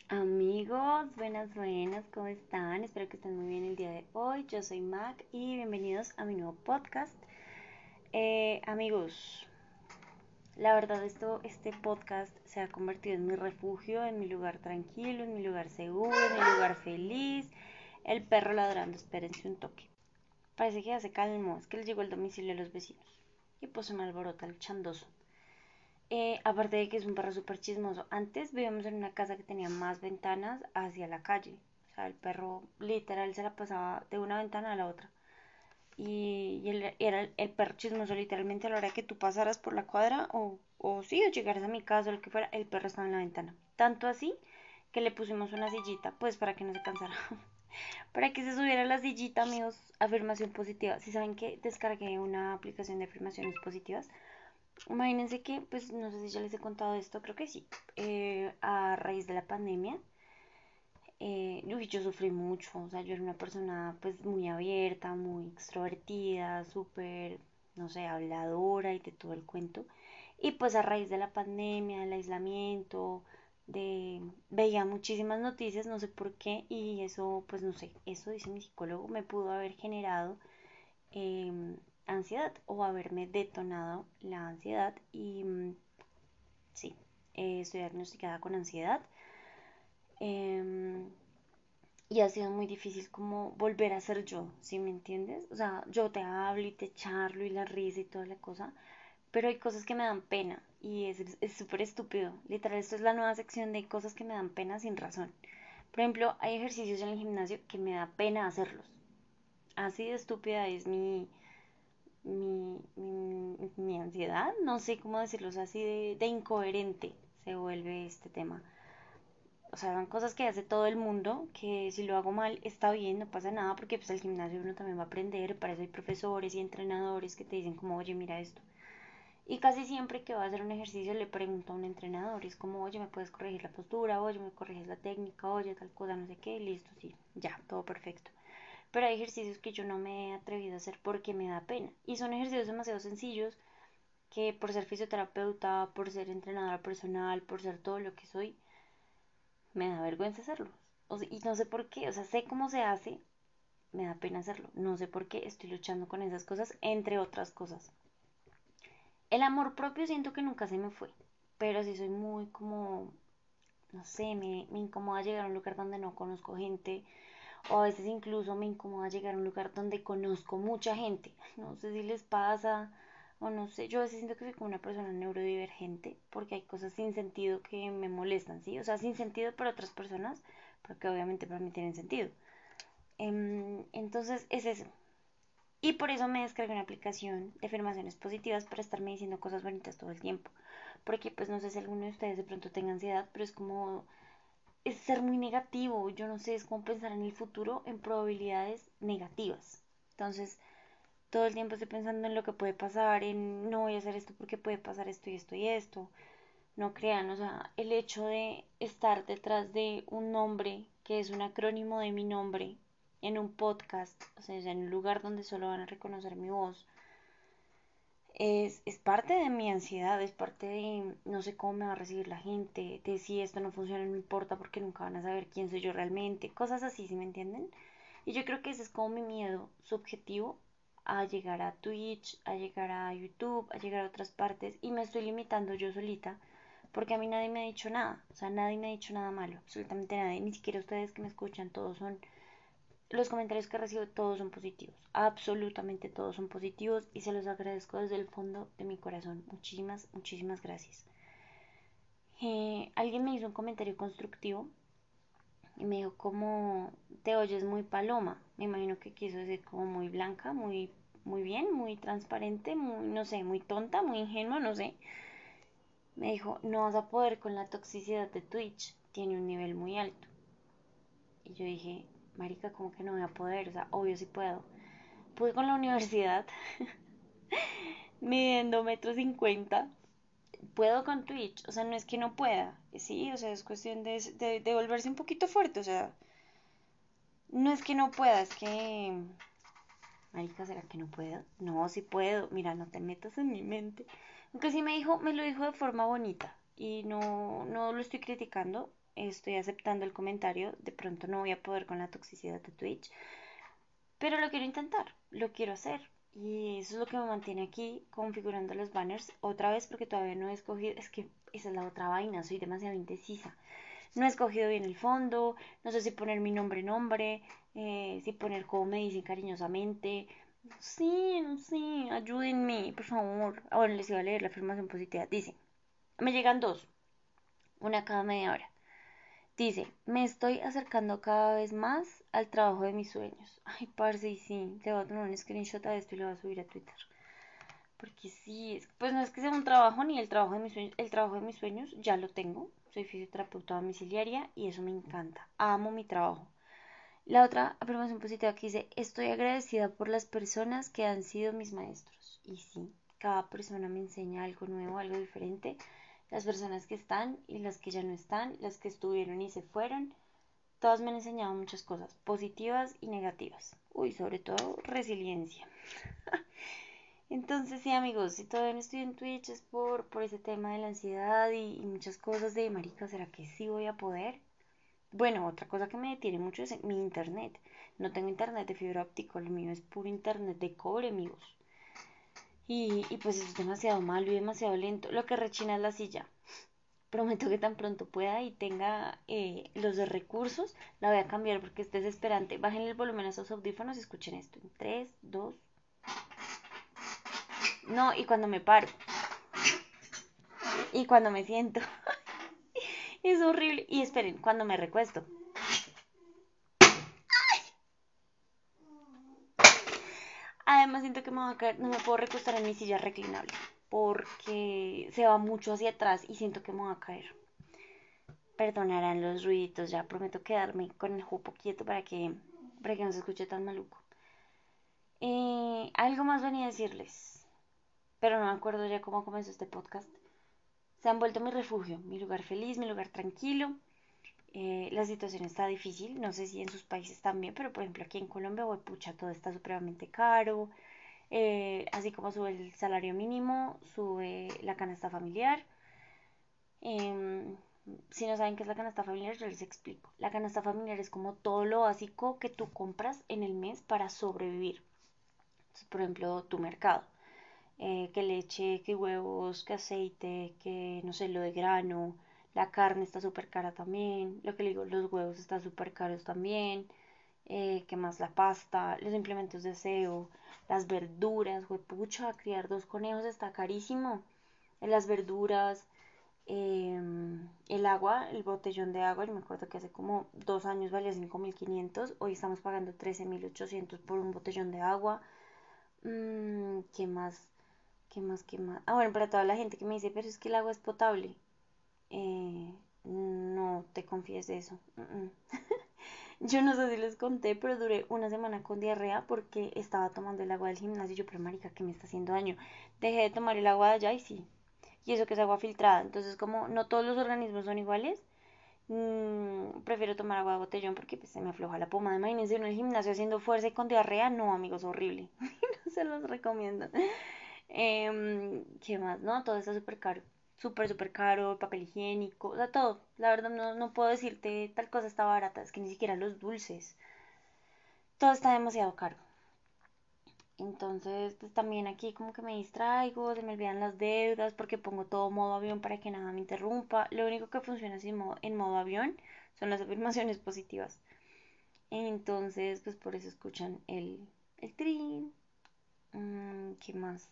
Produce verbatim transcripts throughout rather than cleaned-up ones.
Amigos, buenas, buenas, ¿cómo están? Espero que estén muy bien el día de hoy. Yo soy Mac y bienvenidos a mi nuevo podcast. Eh, amigos, la verdad esto, este podcast se ha convertido en mi refugio, en mi lugar tranquilo, en mi lugar seguro, en mi lugar feliz. El perro ladrando, espérense un toque. Parece que ya se calmó, es que le llegó el domicilio a los vecinos. Y pues se me alborota el chandoso. Eh, aparte de que es un perro súper chismoso. Antes vivíamos en una casa que tenía más ventanas hacia la calle. O sea, el perro literal se la pasaba de una ventana a la otra. Y, y él era el, el perro chismoso literalmente a la hora que tú pasaras por la cuadra o, o sí, o llegaras a mi casa o lo que fuera, el perro estaba en la ventana. Tanto así que le pusimos una sillita, pues para que no se cansara. Para que se subiera a la sillita, amigos, afirmación positiva. Si saben que descargué una aplicación de afirmaciones positivas, imagínense que, pues no sé si ya les he contado esto, creo que sí. Eh, a raíz de la pandemia, eh, uy, yo sufrí mucho. O sea, yo era una persona pues muy abierta, muy extrovertida, súper, no sé, habladora y de todo el cuento. Y pues a raíz de la pandemia, del aislamiento, de veía muchísimas noticias, no sé por qué, y eso, pues no sé, eso dice mi psicólogo, me pudo haber generado eh, ansiedad o haberme detonado la ansiedad y mm, sí, eh, estoy diagnosticada con ansiedad. eh, y ha sido muy difícil como volver a ser yo, ¿sí me entiendes? O sea, yo te hablo y te charlo y la risa y toda la cosa, pero hay cosas que me dan pena y es es súper estúpido. Literal, esto es la nueva sección de cosas que me dan pena sin razón. Por ejemplo, hay ejercicios en el gimnasio que me da pena hacerlos. Así de estúpida es mi, mi, mi, mi ansiedad, no sé cómo decirlo, o sea, así de, de incoherente se vuelve este tema. O sea, son cosas que hace todo el mundo, que si lo hago mal está bien, no pasa nada, porque pues al gimnasio uno también va a aprender, para eso hay profesores y entrenadores que te dicen como, oye, mira esto. Y casi siempre que va a hacer un ejercicio le pregunto a un entrenador, y es como, oye, ¿me puedes corregir la postura? Oye, ¿me corriges la técnica? Oye, tal cosa, no sé qué, y listo, sí, ya, todo perfecto. Pero hay ejercicios que yo no me he atrevido a hacer porque me da pena. Y son ejercicios demasiado sencillos que por ser fisioterapeuta, por ser entrenadora personal, por ser todo lo que soy, me da vergüenza hacerlo. O sea, y no sé por qué, o sea, sé cómo se hace, me da pena hacerlo. No sé por qué estoy luchando con esas cosas, entre otras cosas. El amor propio siento que nunca se me fue, pero sí soy muy como, no sé, me, me incomoda llegar a un lugar donde no conozco gente, o a veces incluso me incomoda llegar a un lugar donde conozco mucha gente. No sé si les pasa, o no sé, yo a veces siento que soy como una persona neurodivergente, porque hay cosas sin sentido que me molestan, ¿sí? O sea, sin sentido para otras personas, pero que obviamente para mí tienen sentido. Em, entonces es eso. Y por eso me descargué una aplicación de afirmaciones positivas para estarme diciendo cosas bonitas todo el tiempo. Porque pues no sé si alguno de ustedes de pronto tenga ansiedad, pero es como es ser muy negativo, yo no sé, es como pensar en el futuro en probabilidades negativas. Entonces, todo el tiempo estoy pensando en lo que puede pasar, en no voy a hacer esto porque puede pasar esto y esto y esto. No crean, o sea, el hecho de estar detrás de un nombre que es un acrónimo de mi nombre en un podcast, o sea, en un lugar donde solo van a reconocer mi voz, es, es parte de mi ansiedad, es parte de no sé cómo me va a recibir la gente, de si esto no funciona no importa porque nunca van a saber quién soy yo realmente, cosas así, ¿sí me entienden? Y yo creo que ese es como mi miedo subjetivo a llegar a Twitch, a llegar a YouTube, a llegar a otras partes y me estoy limitando yo solita porque a mí nadie me ha dicho nada, o sea, nadie me ha dicho nada malo, absolutamente nadie, ni siquiera ustedes que me escuchan, todos son los comentarios que recibo todos son positivos, absolutamente todos son positivos y se los agradezco desde el fondo de mi corazón. Muchísimas, muchísimas gracias. Eh, alguien me hizo un comentario constructivo y me dijo como te oyes muy paloma. Me imagino que quiso decir como muy blanca, muy, muy bien, muy transparente, muy, no sé, muy tonta, muy ingenua, no sé. Me dijo, no vas a poder con la toxicidad de Twitch, tiene un nivel muy alto. Y yo dije, marica, ¿cómo que no voy a poder? O sea, obvio sí puedo. Pude con la universidad, midiendo metro cincuenta. Puedo con Twitch, o sea, no es que no pueda, sí, o sea, es cuestión de, de, de volverse un poquito fuerte, o sea, no es que no pueda, es que, marica, ¿será que no puedo? No, sí puedo, mira, no te metas en mi mente. Aunque sí me dijo, me lo dijo de forma bonita y no, no lo estoy criticando, estoy aceptando el comentario, de pronto no voy a poder con la toxicidad de Twitch, pero lo quiero intentar, lo quiero hacer. Y eso es lo que me mantiene aquí configurando los banners otra vez porque todavía no he escogido, es que esa es la otra vaina, soy demasiado indecisa. No he escogido bien el fondo, no sé si poner mi nombre nombre, eh, si poner como me dicen cariñosamente. Sí, no sé, ayúdenme, por favor. Ah, bueno, les iba a leer la afirmación positiva. Dice, me llegan dos, una cada media hora. Dice, me estoy acercando cada vez más al trabajo de mis sueños. Ay, parce, y sí, le voy a tomar un screenshot a esto y lo voy a subir a Twitter. Porque sí, es- pues no es que sea un trabajo ni el trabajo de mis sueños, el trabajo de mis sueños ya lo tengo. Soy fisioterapeuta domiciliaria y eso me encanta. Amo mi trabajo. La otra afirmación positiva que dice, estoy agradecida por las personas que han sido mis maestros. Y sí, cada persona me enseña algo nuevo, algo diferente. Las personas que están y las que ya no están, las que estuvieron y se fueron, todas me han enseñado muchas cosas, positivas y negativas. Uy, sobre todo resiliencia. Entonces, sí, amigos, si todavía no estoy en Twitch es por, por ese tema de la ansiedad y, y muchas cosas de marica, ¿será que sí voy a poder? Bueno, otra cosa que me detiene mucho es mi internet. No tengo internet de fibra óptica, lo mío es puro internet de cobre, amigos. Y, y pues eso es demasiado malo y demasiado lento. Lo que rechina es la silla. Prometo que tan pronto pueda y tenga eh, los recursos, la voy a cambiar porque es desesperante. Bajen el volumen a esos audífonos y escuchen esto. En tres, dos. No, y cuando me paro. Y cuando me siento. Es horrible. Y esperen, cuando me recuesto. Además siento que me va a caer, no me puedo recostar en mi silla reclinable porque se va mucho hacia atrás y siento que me va a caer. Perdonarán los ruiditos, ya prometo quedarme con el jupo quieto para que, para que no se escuche tan maluco. Eh, algo más venía a decirles, pero no me acuerdo ya cómo comenzó este podcast. Se han vuelto mi refugio, mi lugar feliz, mi lugar tranquilo. Eh, la situación está difícil, no sé si en sus países también, pero por ejemplo aquí en Colombia, pucha, todo está supremamente caro. Eh, así como sube el salario mínimo, sube la canasta familiar. Eh, si no saben qué es la canasta familiar, yo les explico. La canasta familiar es como todo lo básico que tú compras en el mes para sobrevivir. Entonces, por ejemplo, tu mercado. Eh, que leche, que huevos, que aceite, que no sé, lo de grano. La carne está súper cara también. Lo que le digo, los huevos están súper caros también. Eh, ¿qué más? La pasta, los implementos de aseo, las verduras, huepucha, criar dos conejos está carísimo. Las verduras, eh, el agua, el botellón de agua, yo me acuerdo que hace como dos años valía cinco mil quinientos, hoy estamos pagando trece mil ochocientos por un botellón de agua. Mm, ¿qué más? ¿Qué más? ¿Qué más? Ah, bueno, para toda la gente que me dice, pero es que el agua es potable. Eh, no te confíes de eso. Mm, mm. Yo no sé si les conté, pero duré una semana con diarrea porque estaba tomando el agua del gimnasio. Y yo, pero marica, ¿qué me está haciendo daño? Dejé de tomar el agua de allá y sí. Y eso que es agua filtrada. Entonces, como no todos los organismos son iguales, mmm, prefiero tomar agua de botellón porque pues, se me afloja la pomada. Imagínense en el gimnasio haciendo fuerza y con diarrea. No, amigos, horrible. No se los recomiendo. Eh, ¿qué más? No, todo está súper caro. Súper, súper caro, papel higiénico, o sea, todo. La verdad no, no puedo decirte tal cosa está barata, es que ni siquiera los dulces. Todo está demasiado caro. Entonces, pues también aquí como que me distraigo, se me olvidan las deudas porque pongo todo modo avión para que nada me interrumpa. Lo único que funciona así en modo, en modo avión son las afirmaciones positivas. Entonces, pues por eso escuchan el, el trin. Mm, ¿qué más?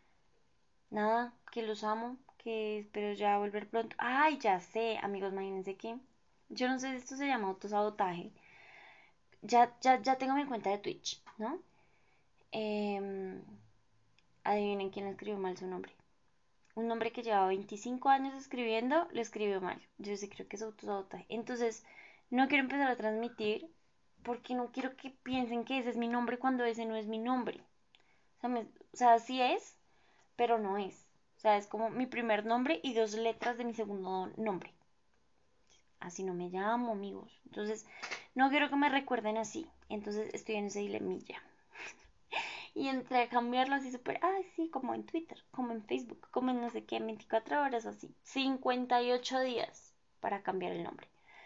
Nada, que los amo, que espero ya volver pronto. Ay, ya sé, amigos, imagínense que yo no sé si esto se llama autosabotaje. Ya, ya, ya tengo mi cuenta de Twitch, ¿no? Em, adivinen quién escribió mal su nombre. Un nombre que llevaba veinticinco años escribiendo, lo escribió mal. Yo sí creo que es autosabotaje. Entonces, no quiero empezar a transmitir porque no quiero que piensen que ese es mi nombre cuando ese no es mi nombre. O sea, me- o sea, sí es, pero no es. O sea, es como mi primer nombre y dos letras de mi segundo nombre. Así no me llamo, amigos. Entonces, no quiero que me recuerden así. Entonces, estoy en ese dilemilla. Y entré a cambiarlo así súper, ah, sí, como en Twitter, como en Facebook, como en no sé qué, en veinticuatro horas así. cincuenta y ocho días para cambiar el nombre.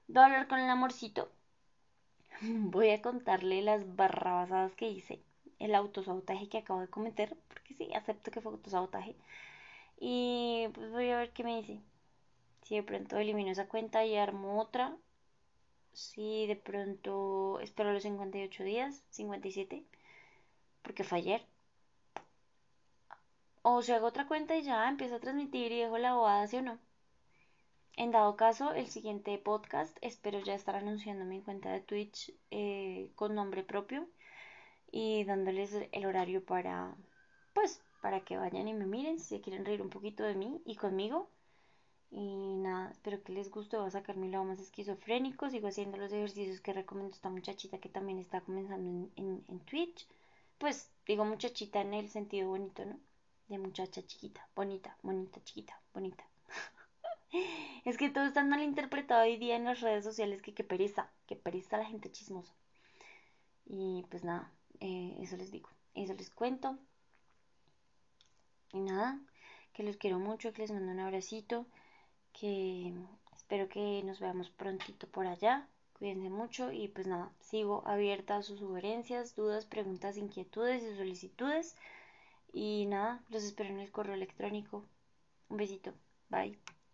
Voy a hablar con el amorcito. Voy a contarle las barrabasadas que hice, el autosabotaje que acabo de cometer, porque sí, acepto que fue autosabotaje. Y pues voy a ver qué me dice. Si de pronto elimino esa cuenta y armo otra. Si de pronto espero los cincuenta y ocho días, cincuenta y siete, porque fue ayer. O si hago otra cuenta y ya empiezo a transmitir y dejo la bobada, ¿sí o no? En dado caso, el siguiente podcast espero ya estar anunciando mi cuenta de Twitch eh, con nombre propio y dándoles el horario para, pues, para que vayan y me miren si se quieren reír un poquito de mí y conmigo. Y nada, espero que les guste. Voy a sacar mi lado más esquizofrénico. Sigo haciendo los ejercicios que recomiendo esta muchachita que también está comenzando en, en, en Twitch. Pues digo muchachita en el sentido bonito, ¿no? De muchacha chiquita, bonita, bonita, chiquita, bonita. Es que todo está mal interpretado hoy día en las redes sociales que qué pereza, que pereza la gente chismosa. Y pues nada, eh, eso les digo, eso les cuento. Y nada, que los quiero mucho, que les mando un abracito, que espero que nos veamos prontito por allá. Cuídense mucho y pues nada, sigo abierta a sus sugerencias, dudas, preguntas, inquietudes y solicitudes. Y nada, los espero en el correo electrónico. Un besito. Bye.